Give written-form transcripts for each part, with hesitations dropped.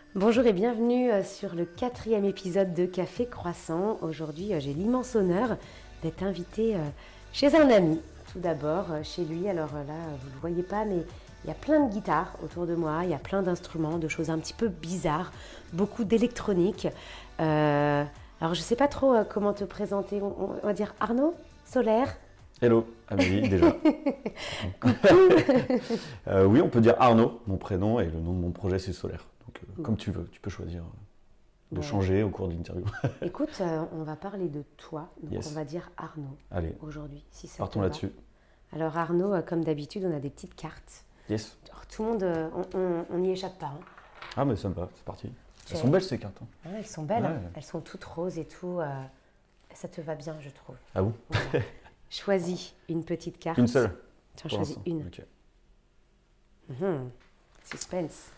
Bonjour et bienvenue sur le 4e épisode de Café Croissant. Aujourd'hui, j'ai l'immense honneur d'être invitée chez un ami. Tout d'abord, chez lui. Alors là, vous ne le voyez pas, mais il y a plein de guitares autour de moi. Il y a plein d'instruments, de choses un petit peu bizarres. Beaucoup d'électronique. Alors, je ne sais pas trop comment te présenter. On va dire Arnaud Solaire. Hello, Amélie, déjà. Oui, on peut dire Arnaud, mon prénom, et le nom de mon projet, c'est Solaire. Donc, comme tu veux, tu peux choisir de changer au cours de l'interview. Écoute, on va parler de toi, donc on va dire Arnaud. Allez, aujourd'hui. Si ça partons là-dessus. Alors Arnaud, comme d'habitude, on a des petites cartes. Yes. Alors, tout le monde, on n'y échappe pas. Hein. Ah, mais ça me va, c'est parti. Elles sont belles ces cartes. Hein. Ah, elles sont belles, ouais. Hein. Elles sont toutes roses et tout. Ça te va bien, je trouve. Ah bon? Voilà. Choisis une petite carte. Une seule? Tiens, choisis une. Ok. Suspense.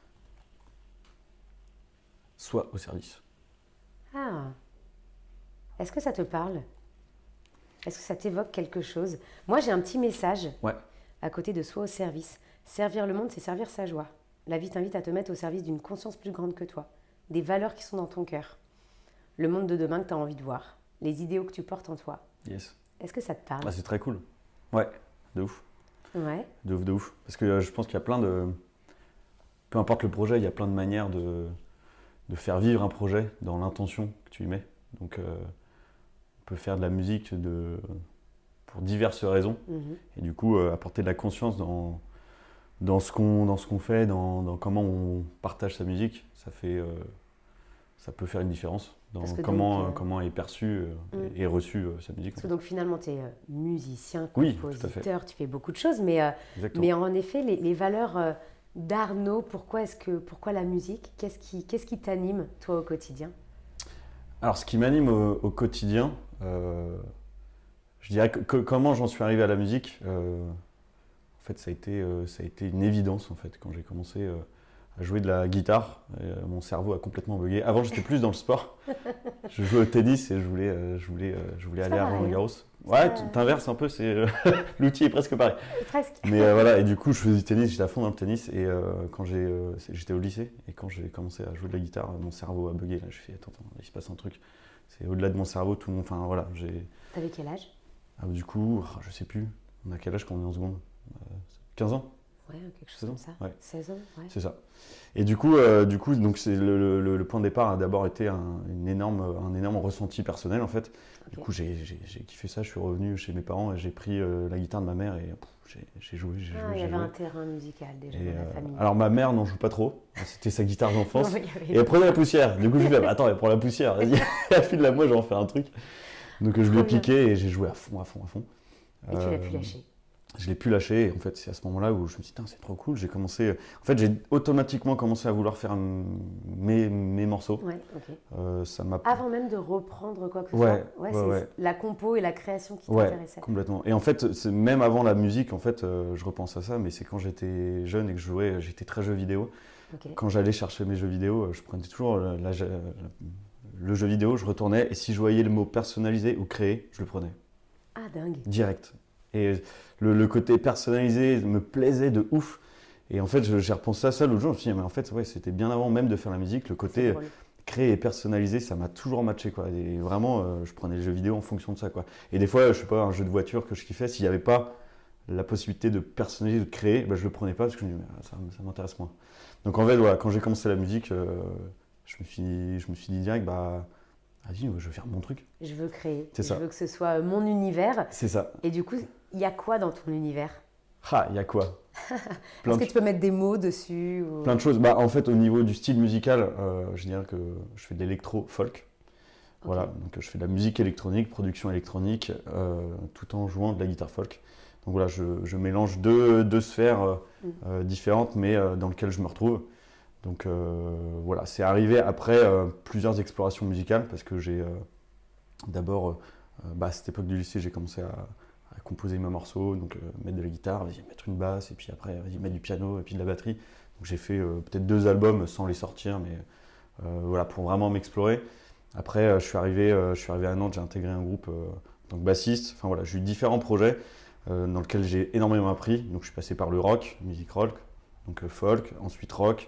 Soit au service. Ah. Est-ce que ça te parle? Est-ce que ça t'évoque quelque chose? Moi, j'ai un petit message à côté de Soit au service. Servir le monde, c'est servir sa joie. La vie t'invite à te mettre au service d'une conscience plus grande que toi. Des valeurs qui sont dans ton cœur. Le monde de demain que tu as envie de voir. Les idéaux que tu portes en toi. Yes. Est-ce que ça te parle? Ah, c'est très cool. Ouais, de ouf. Ouais. De ouf. Parce que je pense qu'il y a plein de... Peu importe le projet, il y a plein de manières de faire vivre un projet dans l'intention que tu y mets. Donc, on peut faire de la musique pour diverses raisons. Et du coup, apporter de la conscience dans ce qu'on fait, dans comment on partage sa musique, ça peut faire une différence dans comment est perçue et reçue sa musique. Parce que donc finalement, tu es musicien, oui, compositeur, tu fais beaucoup de choses, mais en effet, les valeurs d'Arnaud, pourquoi la musique? Qu'est-ce qui t'anime, toi, au quotidien? Alors, ce qui m'anime au quotidien, je dirais que comment j'en suis arrivé à la musique, en fait, ça a été une évidence, en fait, quand j'ai commencé à jouer de la guitare. Mon cerveau a complètement bugué. Avant, j'étais plus dans le sport. Je jouais au tennis et je voulais aller à Roland-Garros. Ouais, t'inverses un peu, l'outil est presque pareil. Presque. Mais voilà, et du coup, je faisais du tennis, j'étais à fond dans le tennis. Et quand j'étais au lycée, et quand j'ai commencé à jouer de la guitare, mon cerveau a bugué. Là, je fais attends, il se passe un truc. C'est au-delà de mon cerveau, tout le monde. Enfin voilà, T'avais quel âge? Du coup, je sais plus. On a quel âge quand on est en seconde? 15 ans? Ouais, quelque chose comme ça. Ouais. 16 ans, ouais. C'est ça. Et du coup donc c'est le point de départ a d'abord été un énorme ressenti personnel en fait. Okay. Du coup, j'ai kiffé ça. Je suis revenu chez mes parents et j'ai pris la guitare de ma mère et j'ai joué. Il y avait un terrain musical déjà dans la famille. Alors ma mère n'en joue pas trop. C'était sa guitare d'enfance. Et elle prenait la poussière. Du coup, je lui ai dit attends, elle prend la poussière. Vas-y, file-la moi, j'en fais un truc. Donc je lui ai piqué et j'ai joué à fond. Et tu l'as pu lâcher? Je l'ai pu lâcher et en fait c'est à ce moment-là où je me suis dit c'est trop cool, j'ai automatiquement commencé à vouloir faire mes morceaux. Ouais, ok. Avant même de reprendre quoi que ce soit. C'est la compo et la création qui t'intéressaient. Complètement. Et en fait, même avant la musique, en fait, je repense à ça, mais c'est quand j'étais jeune et que je jouais, j'étais très jeu vidéo. Okay. Quand j'allais chercher mes jeux vidéo, je prenais toujours le jeu vidéo, je retournais et si je voyais le mot personnalisé ou créé, je le prenais. Ah dingue. Direct. Et le côté personnalisé me plaisait de ouf. Et en fait, j'ai repensé à ça l'autre jour. Je me suis dit, mais en fait, c'était bien avant même de faire la musique. Le côté créé et personnalisé, ça m'a toujours matché, quoi. Et vraiment, je prenais les jeux vidéo en fonction de ça, quoi. Et des fois, je sais pas, un jeu de voiture que je kiffais, s'il n'y avait pas la possibilité de personnaliser, de créer, je le prenais pas parce que je me disais, ça m'intéresse moins. Donc en fait, voilà, quand j'ai commencé la musique, je me suis dit direct, vas-y, je veux faire mon truc. Je veux créer. Je veux que ce soit mon univers. C'est ça. Et du coup, il y a quoi dans ton univers? Il y a quoi? Est-ce que tu peux mettre des mots dessus ou... Plein de choses. En fait, au niveau du style musical, je dirais que je fais de l'électro-folk. Okay. Voilà, donc je fais de la musique électronique, production électronique, tout en jouant de la guitare folk. Donc voilà, je mélange deux sphères différentes, mais dans lesquelles je me retrouve. Donc voilà, c'est arrivé après plusieurs explorations musicales parce que j'ai d'abord, à cette époque du lycée, j'ai commencé à composer mes morceaux, donc mettre de la guitare, mettre une basse, et puis après mettre du piano et puis de la batterie. Donc j'ai fait peut-être 2 albums sans les sortir, mais voilà, pour vraiment m'explorer. Après, je suis arrivé à Nantes, j'ai intégré un groupe en tant que bassiste. Enfin voilà, j'ai eu différents projets dans lesquels j'ai énormément appris. Donc je suis passé par le rock, musique rock, donc folk, ensuite rock,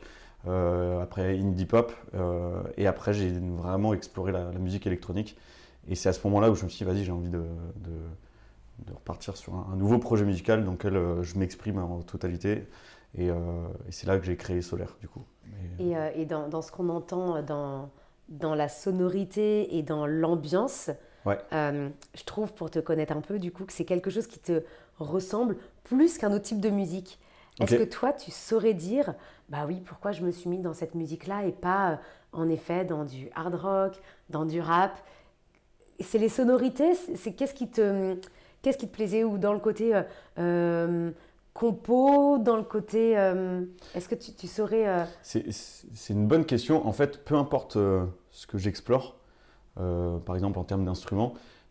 après indie pop, et après j'ai vraiment exploré la musique électronique. Et c'est à ce moment-là où je me suis dit, vas-y, j'ai envie de repartir sur un nouveau projet musical dans lequel je m'exprime en totalité. Et c'est là que j'ai créé Solaire, du coup. Et dans ce qu'on entend dans la sonorité et dans l'ambiance, Ouais. je trouve, pour te connaître un peu, du coup, que c'est quelque chose qui te ressemble plus qu'un autre type de musique. Est-ce Ok. que toi, tu saurais dire, bah oui, pourquoi je me suis mis dans cette musique-là et pas, en effet, dans du hard rock, dans du rap? C'est les sonorités, c'est qu'est-ce qui te plaisait ou dans le côté compo, dans le côté, est-ce que tu saurais, C'est une bonne question. En fait, peu importe ce que j'explore, par exemple en termes d'instruments,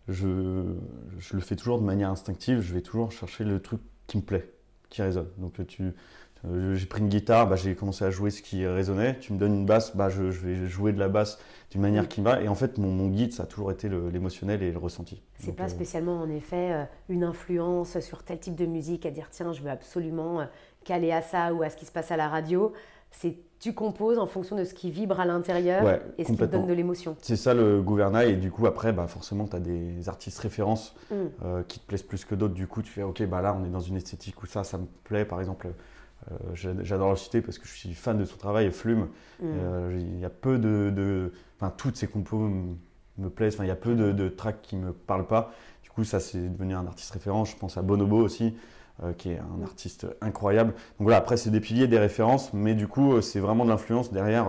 je le fais toujours de manière instinctive. Je vais toujours chercher le truc qui me plaît, qui résonne. Donc j'ai pris une guitare, bah, j'ai commencé à jouer ce qui résonnait. Tu me donnes une basse, bah, je vais jouer de la basse d'une manière qui me va. Et en fait, mon guide, ça a toujours été l'émotionnel et le ressenti. c'est Donc, pas spécialement en effet une influence sur tel type de musique à dire tiens, je veux absolument caler à ça ou à ce qui se passe à la radio. C'est tu composes en fonction de ce qui vibre à l'intérieur ouais, et ce qui te complètement. donne de l'émotion. C'est ça le gouvernail. Et du coup, après, bah, forcément, tu as des artistes références Mm. qui te plaisent plus que d'autres. Du coup, tu fais, ok, bah là, on est dans une esthétique où ça me plaît. Par exemple, j'adore le citer parce que je suis fan de son travail, Flume. Mm. Il y a peu enfin, toutes ses compos me plaisent. Enfin, il y a peu de tracks qui me parlent pas. Du coup, ça, c'est devenu un artiste référent. Je pense à Bonobo aussi, qui est un artiste incroyable. Donc voilà, après, c'est des piliers, des références, mais du coup, c'est vraiment de l'influence derrière.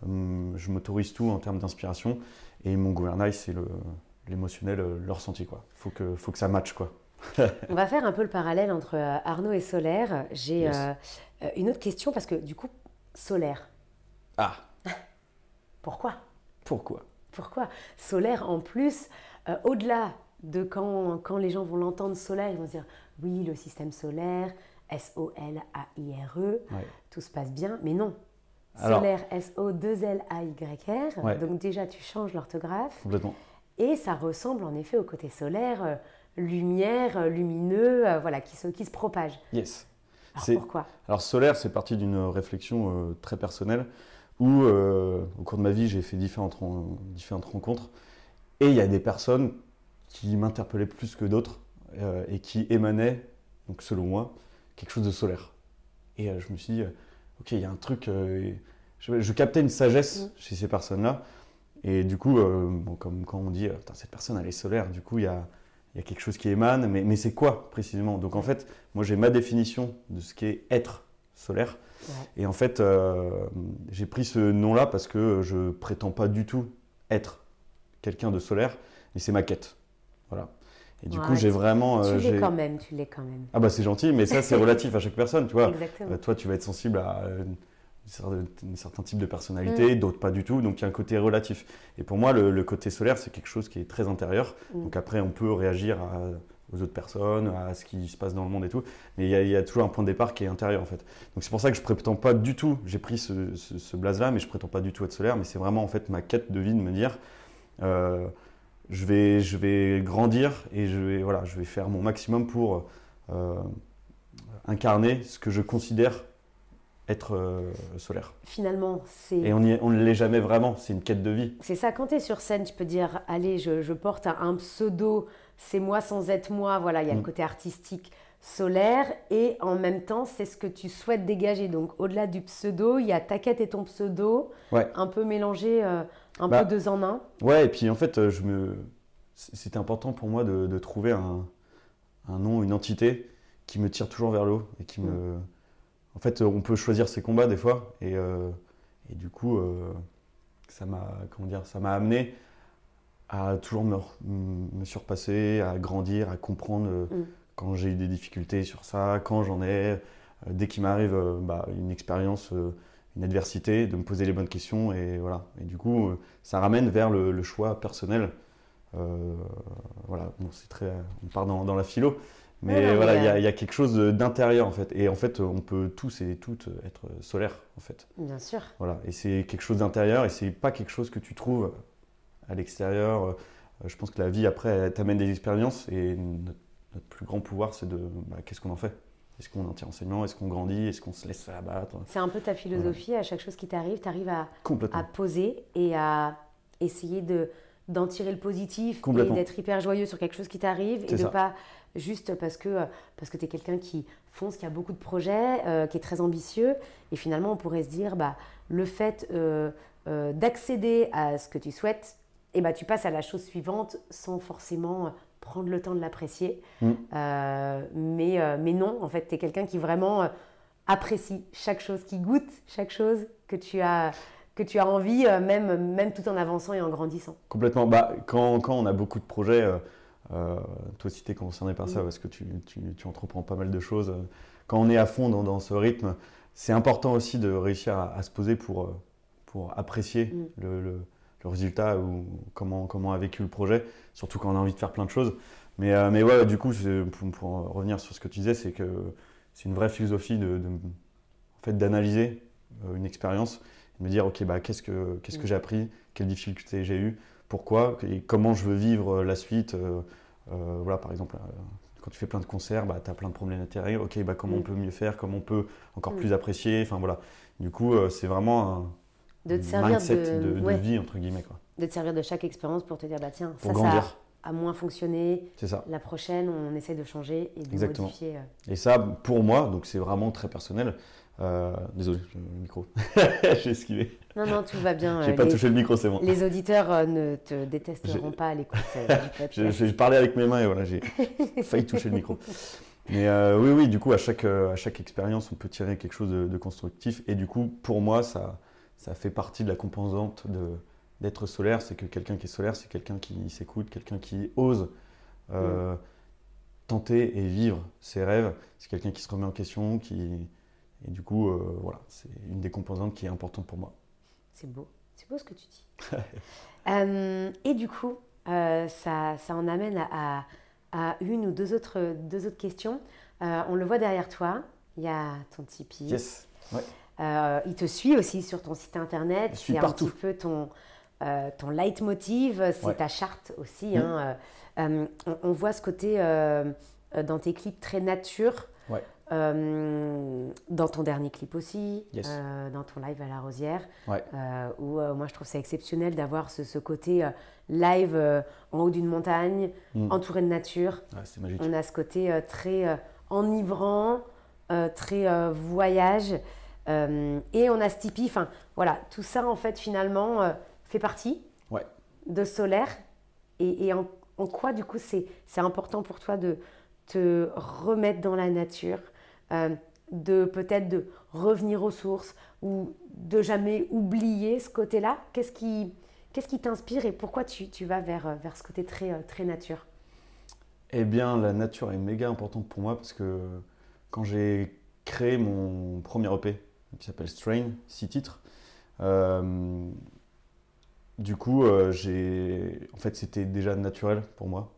Je m'autorise tout en termes d'inspiration. Et mon gouvernail, c'est l'émotionnel, le ressenti, quoi. Faut que ça matche, quoi. On va faire un peu le parallèle entre Arnaud et Solaire. J'ai Yes. une autre question parce que du coup, Solaire, Ah, pourquoi? pourquoi? Pourquoi? Solaire en plus, au-delà de quand les gens vont l'entendre solaire, ils vont se dire oui, le système solaire, S-O-L-A-I-R-E, Ouais. tout se passe bien, mais non. Alors, Solaire, S-O-2-L-A-Y-R, ouais, donc déjà tu changes l'orthographe complètement. et ça ressemble en effet au côté solaire, lumière, lumineux, voilà, qui se propage. Yes. Alors C'est, pourquoi? alors Solaire, c'est parti d'une réflexion très personnelle où au cours de ma vie, j'ai fait différentes rencontres et il y a des personnes qui m'interpellaient plus que d'autres et qui émanaient, donc selon moi, quelque chose de solaire. Et je me suis dit, ok, il y a un truc, je captais une sagesse chez ces personnes-là et du coup, bon, comme quand on dit, putain, cette personne, elle est solaire, du coup, il y a quelque chose qui émane, mais c'est quoi précisément? Donc en fait, moi j'ai ma définition de ce qu'est être solaire. Ouais. Et en fait, j'ai pris ce nom-là parce que je prétends pas du tout être quelqu'un de solaire, et c'est ma quête. Voilà. Et du coup, Ouais, j'ai vraiment. tu l'es quand même, tu l'es quand même. Ah bah c'est gentil, mais ça c'est relatif à chaque personne, tu vois. Exactement. Toi, tu vas être sensible à un certain type de personnalité, d'autres pas du tout, donc il y a un côté relatif. Et pour moi, le côté solaire, c'est quelque chose qui est très intérieur. Donc après, on peut réagir aux autres personnes, à ce qui se passe dans le monde et tout, mais il y a toujours un point de départ qui est intérieur en fait. Donc c'est pour ça que je prétends pas du tout, j'ai pris ce blaze-là, mais je prétends pas du tout être solaire, mais c'est vraiment en fait ma quête de vie de me dire, je vais grandir et je vais faire mon maximum pour incarner ce que je considère être solaire. Finalement, Et on ne l'est jamais vraiment, c'est une quête de vie. c'est ça, quand tu es sur scène, tu peux dire, allez, je porte un pseudo, c'est moi sans être moi, voilà, il y a le côté artistique solaire, et en même temps, c'est ce que tu souhaites dégager. Donc, au-delà du pseudo, il y a ta quête et ton pseudo, Ouais. un peu mélangé, un Bah, peu deux en un. Ouais, et puis en fait, c'était important pour moi de trouver un nom, une entité qui me tire toujours vers le haut et qui me. En fait, on peut choisir ses combats des fois, et du coup, ça m'a amené à toujours me surpasser, à grandir, à comprendre quand j'ai eu des difficultés sur ça, quand j'en ai, dès qu'il m'arrive une expérience, une adversité, de me poser les bonnes questions, et voilà. Et du coup, ça ramène vers le choix personnel. Voilà, bon, on part dans la philo, mais Non, voilà, mais, il y a quelque chose d'intérieur en fait. Et en fait, on peut tous et toutes être solaires en fait. Bien sûr. Voilà, et c'est quelque chose d'intérieur et c'est pas quelque chose que tu trouves à l'extérieur. Je pense que la vie après elle t'amène des expériences et notre plus grand pouvoir c'est qu'est-ce qu'on en fait? Est-ce qu'on en tire enseignement? Est-ce qu'on grandit? Est-ce qu'on se laisse abattre? C'est un peu ta philosophie, à chaque chose qui t'arrive, tu arrives à Complètement. poser et à essayer d'en tirer le positif et Complètement. d'être hyper joyeux sur quelque chose qui t'arrive et C'est de ça. pas juste parce que tu es quelqu'un qui fonce, qui a beaucoup de projets, qui est très ambitieux et finalement on pourrait se dire le fait d'accéder à ce que tu souhaites, et tu passes à la chose suivante sans forcément prendre le temps de l'apprécier. Mais non, en fait, tu es quelqu'un qui vraiment apprécie chaque chose, qui goûte chaque chose que tu as envie, même tout en avançant et en grandissant. Complètement. Quand on a beaucoup de projets, toi aussi tu es concerné par ça parce que tu entreprends pas mal de choses. Quand on est à fond dans ce rythme, c'est important aussi de réussir à se poser pour apprécier le résultat ou comment a vécu le projet, surtout quand on a envie de faire plein de choses. Mais ouais, du coup, pour revenir sur ce que tu disais, c'est que c'est une vraie philosophie en fait, d'analyser une expérience, de me dire ok, qu'est-ce que j'ai appris, quelles difficultés j'ai eues, pourquoi et comment je veux vivre la suite. Voilà, par exemple, quand tu fais plein de concerts, tu as plein de problèmes d'intérieur. Ok, comment on peut mieux faire, comment on peut encore plus apprécier. Enfin voilà. Du coup, c'est vraiment un mindset de vie entre guillemets quoi. De te servir de chaque expérience pour te dire tiens, pour grandir. Ça a moins fonctionné. C'est ça. La prochaine, on essaie de changer et de Exactement. modifier. Et ça, pour moi, donc c'est vraiment très personnel. Désolé, le micro. J'ai esquivé. Non, tout va bien. J'ai pas touché le micro, c'est bon. Les auditeurs ne te détesteront pas à l'écoute du podcast. J'ai parlé avec mes mains et voilà, j'ai failli toucher le micro. Mais oui, du coup, à chaque expérience, on peut tirer quelque chose de constructif. Et du coup, pour moi, ça fait partie de la composante d'être solaire. C'est que quelqu'un qui est solaire, c'est quelqu'un qui s'écoute, quelqu'un qui ose tenter et vivre ses rêves. C'est quelqu'un qui se remet en question, et du coup, voilà, c'est une des composantes qui est importante pour moi. C'est beau ce que tu dis. Et du coup, ça en amène à une ou deux autres questions. On le voit derrière toi, il y a ton Tipeee. Yes. Ouais. Il te suit aussi sur ton site internet. C'est partout. Un petit peu ton leitmotiv, c'est ta charte aussi. On voit ce côté dans tes clips très nature. Ouais. Dans ton dernier clip aussi, yes. Dans ton live à la Rosière, ouais. Où moi je trouve ça exceptionnel d'avoir ce côté live en haut d'une montagne, entouré de nature. Ouais, c'est magique. On a ce côté très enivrant, très voyage, et on a ce Tipeee. Enfin voilà, tout ça en fait finalement fait partie de Solaire. Et en quoi du coup c'est important pour toi de te remettre dans la nature, de peut-être de revenir aux sources ou de jamais oublier ce côté-là? Qu'est-ce qui t'inspire et pourquoi tu vas vers ce côté très nature? Eh bien, la nature est méga importante pour moi parce que quand j'ai créé mon premier EP qui s'appelle Strain, 6 titres, du coup, en fait, c'était déjà naturel pour moi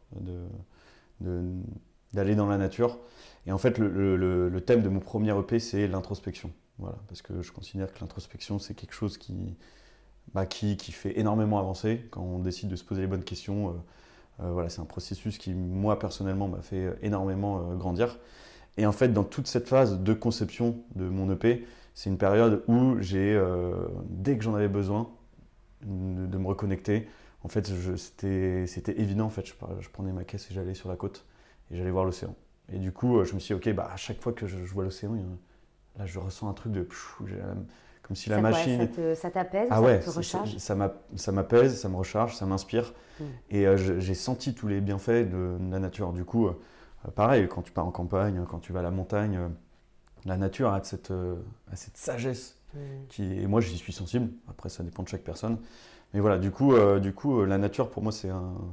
d'aller dans la nature. Et en fait, le thème de mon premier EP, c'est l'introspection. Voilà, parce que je considère que l'introspection, c'est quelque chose qui fait énormément avancer. Quand on décide de se poser les bonnes questions, voilà, c'est un processus qui, moi, personnellement, m'a fait énormément grandir. Et en fait, dans toute cette phase de conception de mon EP, c'est une période où dès que j'en avais besoin, de me reconnecter, en fait, c'était évident. En fait, je prenais ma caisse et j'allais sur la côte et j'allais voir l'océan. Et du coup, je me suis dit, ok, à chaque fois que je vois l'océan, là, je ressens un truc comme si la machine. Ça t'apaise, ça te recharge. Ça m'apaise, ça me recharge, ça m'inspire. Et j'ai senti tous les bienfaits de la nature. Du coup, pareil, quand tu pars en campagne, quand tu vas à la montagne, la nature a cette sagesse. Et moi, j'y suis sensible. Après, ça dépend de chaque personne. Mais voilà, du coup, la nature, pour moi, c'est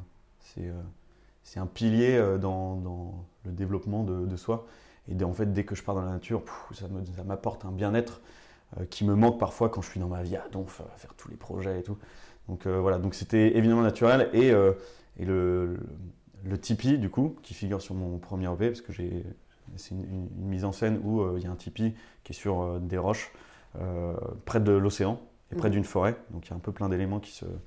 un pilier dans le développement de soi. Et en fait, dès que je pars dans la nature, ça m'apporte un bien-être qui me manque parfois quand je suis dans ma vie à donf, à faire tous les projets et tout. Donc voilà, donc c'était évidemment naturel. Et le Tipeee, du coup, qui figure sur mon premier EP, parce que c'est une mise en scène où il y a un Tipeee qui est sur des roches près de l'océan et près d'une forêt. Donc il y a un peu plein d'éléments qui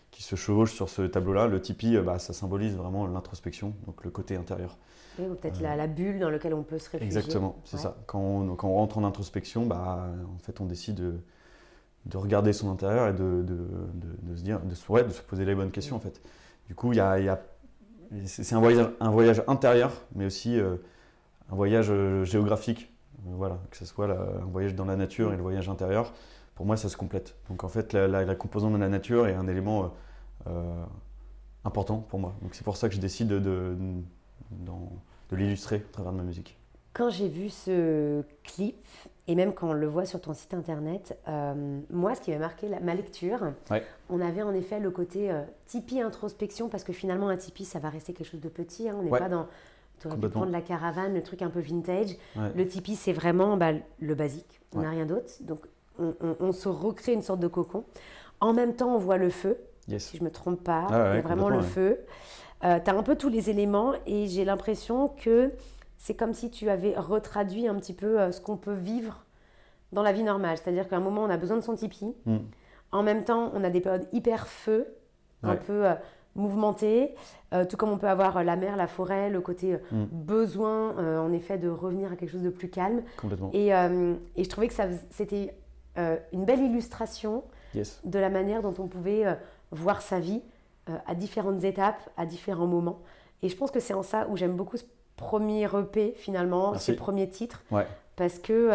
qui se chevauchent sur ce tableau-là. Le tipi, ça symbolise vraiment l'introspection, donc le côté intérieur. Oui, ou peut-être la bulle dans laquelle on peut se réfugier. Exactement, c'est ça. Quand on rentre en introspection, en fait, on décide de regarder son intérieur et de se dire, de se poser les bonnes questions, en fait. Du coup, c'est un voyage intérieur, mais aussi un voyage géographique. Voilà, que ce soit un voyage dans la nature et le voyage intérieur, pour moi, ça se complète. Donc, en fait, la composante de la nature est un élément important pour moi. Donc, c'est pour ça que je décide de l'illustrer à travers de ma musique. Quand j'ai vu ce clip, et même quand on le voit sur ton site internet, moi, ce qui m'a marqué ma lecture, on avait en effet le côté tipi introspection, parce que finalement, un tipi, ça va rester quelque chose de petit. On n'est pas dans... Tu aurais pu prendre la caravane, le truc un peu vintage. Le tipi, c'est vraiment le basique. On n'a rien d'autre. Donc, on se recrée une sorte de cocon. En même temps, on voit le feu, si je ne me trompe pas. Il y a vraiment le feu. Tu as un peu tous les éléments et j'ai l'impression que c'est comme si tu avais retraduit un petit peu ce qu'on peut vivre dans la vie normale. C'est-à-dire qu'à un moment, on a besoin de son tipi. En même temps, on a des périodes hyper feu, un peu mouvementées. Tout comme on peut avoir la mer, la forêt, le côté besoin, en effet, de revenir à quelque chose de plus calme. Complètement. Et je trouvais que c'était une belle illustration de la manière dont on pouvait voir sa vie à différentes étapes, à différents moments. Et je pense que c'est en ça où j'aime beaucoup ce premier EP finalement, ce premier titre, parce que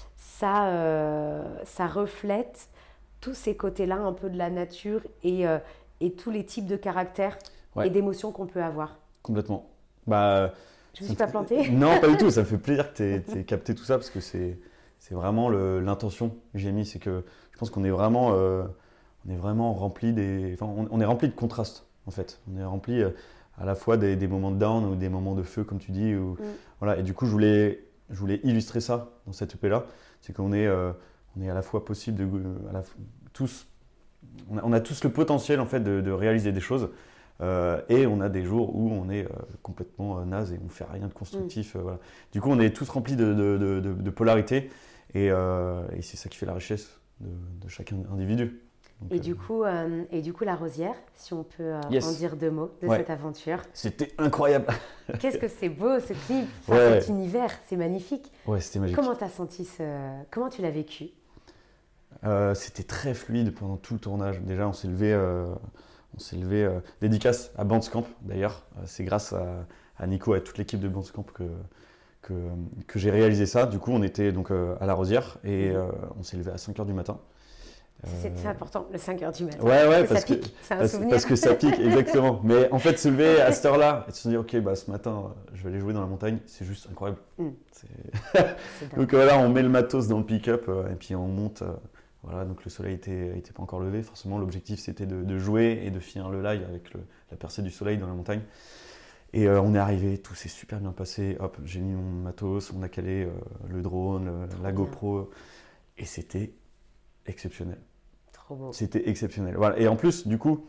ça reflète tous ces côtés-là un peu de la nature et tous les types de caractères et d'émotions qu'on peut avoir. Complètement. Je ne me suis pas plantée? Non, pas du tout. Ça me fait plaisir que tu aies capté tout ça parce que c'est vraiment l'intention que j'ai mis. C'est que je pense qu'on est vraiment, rempli on est rempli de contrastes en fait. On est rempli à la fois des moments de down ou des moments de feu comme tu dis. Voilà. Et du coup, je voulais illustrer ça dans cette EP-là. C'est qu'on est à la fois possible tous. On a tous le potentiel en fait de réaliser des choses et on a des jours où on est complètement naze et on fait rien de constructif. Voilà. Du coup, on est tous remplis de polarité et c'est ça qui fait la richesse de chaque individu. Donc, du coup, la Rosière, si on peut en dire deux mots de cette aventure. C'était incroyable. Qu'est-ce que c'est beau ce clip, cet univers, c'est magnifique. Ouais, c'était magique. Comment tu as senti comment tu l'as vécu? C'était très fluide pendant tout le tournage. Déjà, on s'est levé, dédicace à Bandcamp d'ailleurs. C'est grâce à Nico et à toute l'équipe de Bandcamp que j'ai réalisé ça. Du coup, on était donc à la Rosière et on s'est levé à 5h du matin. C'est important, le 5h du matin. Ouais, parce que ça pique, c'est un souvenir. Parce que ça pique, exactement. Mais en fait, se lever à cette heure-là et se dire, ok, ce matin, je vais aller jouer dans la montagne, c'est juste incroyable. Donc là, on met le matos dans le pick-up et puis on monte. Voilà, donc le soleil était pas encore levé. Forcément, l'objectif, c'était de jouer et de finir le live avec la percée du soleil dans la montagne. Et on est arrivé, tout s'est super bien passé. Hop, j'ai mis mon matos, on a calé le drone, la GoPro. Et c'était exceptionnel. C'était exceptionnel. Voilà. Et en plus, du coup,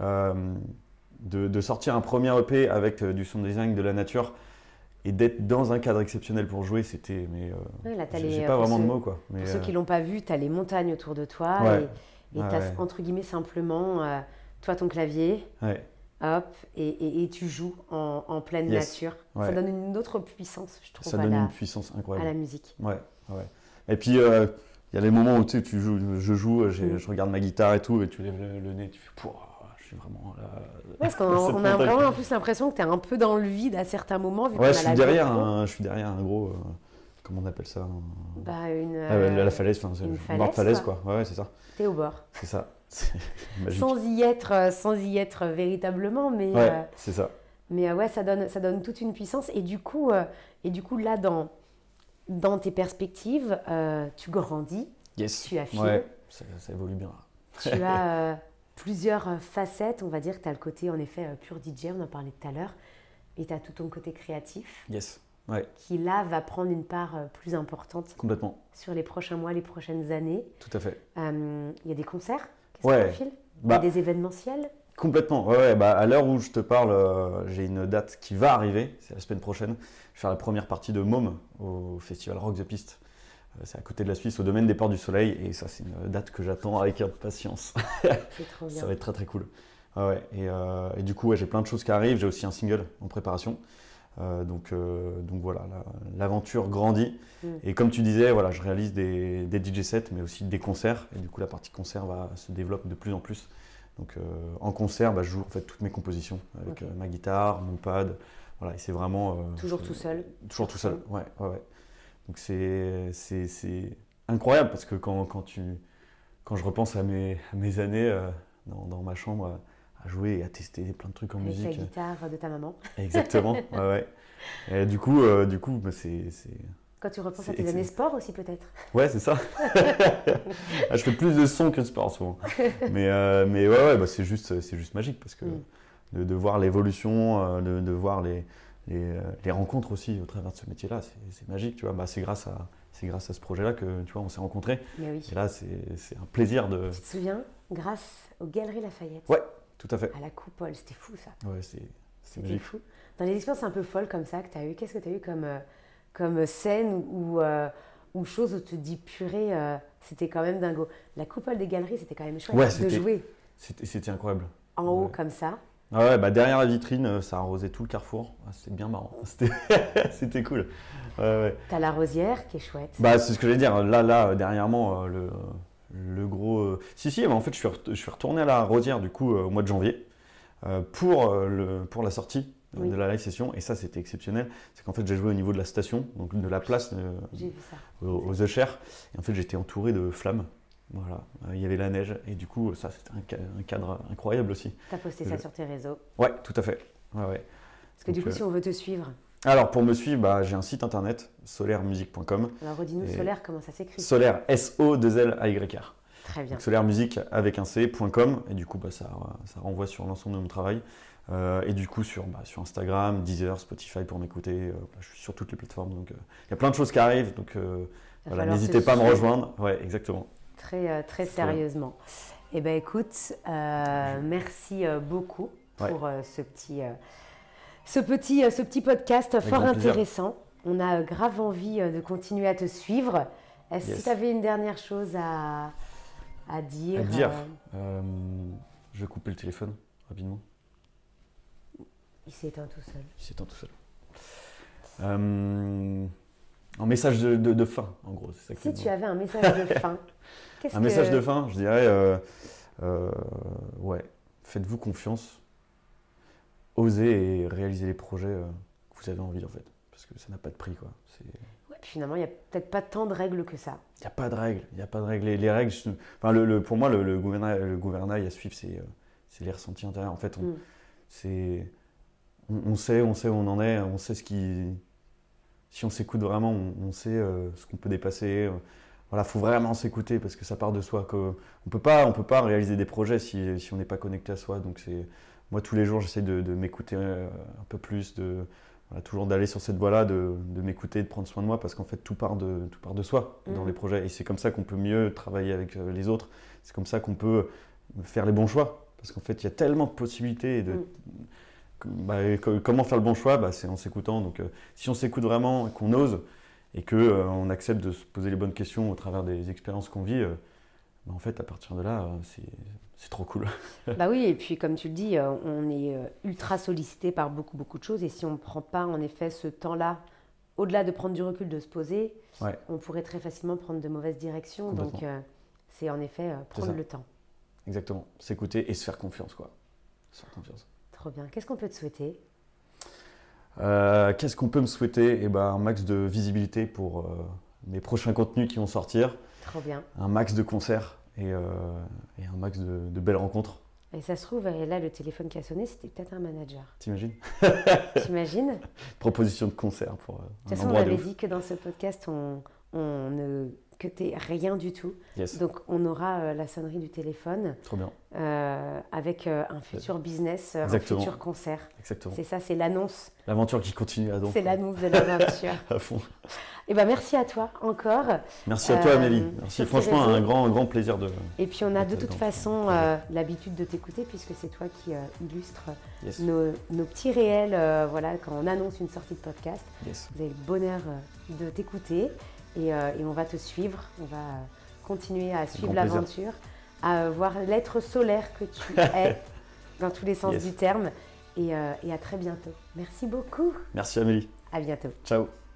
de sortir un premier EP avec du sound design, de la nature, et d'être dans un cadre exceptionnel pour jouer, c'était... j'ai pas vraiment de mots, quoi. Pour ceux qui ne l'ont pas vu, tu as les montagnes autour de toi, et tu as, entre guillemets, simplement, toi, ton clavier, hop, et tu joues en pleine nature. Ça donne une autre puissance, je trouve, une puissance incroyable. À la musique. Ouais. Et puis... il y a les moments où tu joues, je joue, je regarde ma guitare et tout, et tu lèves le nez, tu fais je suis vraiment là. Parce qu'on a vraiment en plus l'impression que tu es un peu dans le vide à certains moments. Vu je suis derrière un gros. Comment on appelle ça la falaise, une barre de falaise, quoi. Ouais, c'est ça. Tu es au bord. C'est ça. Sans y être véritablement, mais. Ouais, c'est ça. Mais ça donne toute une puissance. Et du coup là, dans tes perspectives, tu grandis, tu affines. Ouais, ça évolue bien. Tu as plusieurs facettes, on va dire. Tu as le côté, en effet, pur DJ, on en parlait tout à l'heure, et tu as tout ton côté créatif, qui là va prendre une part plus importante. Complètement. Sur les prochains mois, les prochaines années. Tout à fait. Il y a des concerts qui se profilent, il y a des événementiels. Complètement. À l'heure où je te parle, j'ai une date qui va arriver, c'est la semaine prochaine. Je vais faire la première partie de Môme au festival Rock the Piste C'est à côté de la Suisse, au domaine des Ports du Soleil. Et ça, c'est une date que j'attends avec impatience. C'est trop bien. Ça va être très très cool. Ouais. Et du coup, j'ai plein de choses qui arrivent. J'ai aussi un single en préparation. Donc voilà, l'aventure grandit. Et comme tu disais, voilà, je réalise des DJ sets, mais aussi des concerts. Et du coup, la partie concert se développe de plus en plus. Donc en concert, je joue en fait toutes mes compositions avec ma guitare, mon pad. Voilà, et c'est vraiment. Toujours tout seul. Toujours tout seul, ouais. Donc c'est incroyable parce que quand je repense à mes années dans ma chambre à jouer et à tester plein de trucs en musique. Avec la guitare de ta main. Exactement, ouais. Et du coup, c'est. Quand tu repenses à tes années sport aussi peut-être. Ouais, c'est ça. Je fais plus de son que de sport en ce moment. Mais ouais, c'est juste magique parce que de voir l'évolution, de voir les rencontres aussi au travers de ce métier-là, c'est magique, tu vois. C'est grâce à ce projet-là que tu vois, on s'est rencontrés. Mais oui. Et là, c'est un plaisir de. Tu te souviens, grâce aux Galeries Lafayette. Ouais, tout à fait. À la Coupole, c'était fou ça. Ouais, c'était fou. Dans les expériences un peu folles comme ça que tu as eues, qu'est-ce que tu as eu comme scène ou chose où tu te dis purée, c'était quand même dingo. La Coupole des Galeries, c'était quand même chouette de jouer. C'était incroyable. En haut comme ça. Ah ouais, derrière la vitrine, ça arrosait tout le carrefour. C'était bien marrant. C'était cool. Ouais. T'as la Rosière qui est chouette. C'est ce que j'allais dire. Là, dernièrement, le gros. Si, mais en fait, je suis retourné à la Rosière du coup au mois de janvier pour la sortie de la live session. Et ça, c'était exceptionnel. C'est qu'en fait, j'ai joué au niveau de la station, donc de la place j'ai vu ça. aux Ushers. Et en fait, j'étais entouré de flammes. Voilà, il y avait la neige et du coup ça c'était un cadre incroyable aussi. Tu as posté ça sur tes réseaux? Ouais, tout à fait. Ouais. Parce que du coup si on veut te suivre. Alors pour me suivre, j'ai un site internet, solairmusique.com. Alors redis-nous Solaire, comment ça s'écrit? Solaire, S-O-2-L-A-Y-R. Très bien. Solairmusique avec un C.com et du coup ça renvoie sur l'ensemble de mon travail. Et du coup sur Instagram, Deezer, Spotify pour m'écouter. Je suis sur toutes les plateformes donc il y a plein de choses qui arrivent donc voilà, n'hésitez pas à me rejoindre. Ouais, exactement. Très sérieusement. Eh bien écoute, merci beaucoup pour ce petit podcast avec fort plaisir. intéressant. On a grave envie de continuer à te suivre. Est-ce que tu avais une dernière chose à dire? Je vais couper le téléphone rapidement. Il s'est éteint tout seul. Un message de fin, en gros. C'est ça si tu avais un message de fin, message de fin, je dirais, faites-vous confiance, osez et réalisez les projets que vous avez envie en fait, parce que ça n'a pas de prix quoi. Ouais, puis finalement, il n'y a peut-être pas tant de règles que ça. Il n'y a pas de règles. Les règles, pour moi, le gouvernail à suivre, c'est les ressentis intérieurs. En fait, on sait où on en est, on sait si on s'écoute vraiment, on sait ce qu'on peut dépasser. Voilà, faut vraiment s'écouter parce que ça part de soi. On peut pas réaliser des projets si on n'est pas connecté à soi. Donc moi tous les jours j'essaie de m'écouter un peu plus, toujours d'aller sur cette voie-là, de m'écouter, de prendre soin de moi parce qu'en fait tout part de soi dans les projets et c'est comme ça qu'on peut mieux travailler avec les autres. C'est comme ça qu'on peut faire les bons choix parce qu'en fait il y a tellement de possibilités. Comment faire le bon choix, c'est en s'écoutant. Donc, si on s'écoute vraiment, qu'on ose et qu'on accepte de se poser les bonnes questions au travers des expériences qu'on vit, en fait, à partir de là, c'est trop cool. Bah oui, et puis comme tu le dis, on est ultra sollicité par beaucoup de choses. Et si on ne prend pas en effet ce temps-là, au-delà de prendre du recul, de se poser, on pourrait très facilement prendre de mauvaises directions. Donc, c'est en effet prendre le temps. Exactement. S'écouter et se faire confiance, quoi. Se faire confiance. Trop bien. Qu'est-ce qu'on peut te souhaiter? Qu'est-ce qu'on peut me souhaiter? Un max de visibilité pour mes prochains contenus qui vont sortir. Trop bien. Un max de concerts et un max de belles rencontres. Et ça se trouve, là, le téléphone qui a sonné, c'était peut-être un manager. T'imagines? T'imagines? Proposition de concert pour de toute façon, on avait dit que dans ce podcast, que t'es rien du tout. Yes. Donc, on aura la sonnerie du téléphone. Trop bien. Avec un futur business, Exactement. un futur concert. Exactement. C'est ça, c'est l'annonce. L'aventure qui continue à donc. C'est l'annonce de l'aventure. À fond. Et merci à toi encore. Merci à toi Amélie. Merci. Franchement, un grand plaisir de. Et puis on a de toute façon l'habitude de t'écouter puisque c'est toi qui illustres nos petits réels. Quand on annonce une sortie de podcast, vous avez le bonheur de t'écouter. et on va te suivre, on va continuer à suivre grand plaisir. l'aventure, à voir l'être solaire que tu es dans tous les sens Yes. du terme et à très bientôt. Merci beaucoup. Merci Amélie. À bientôt. Ciao.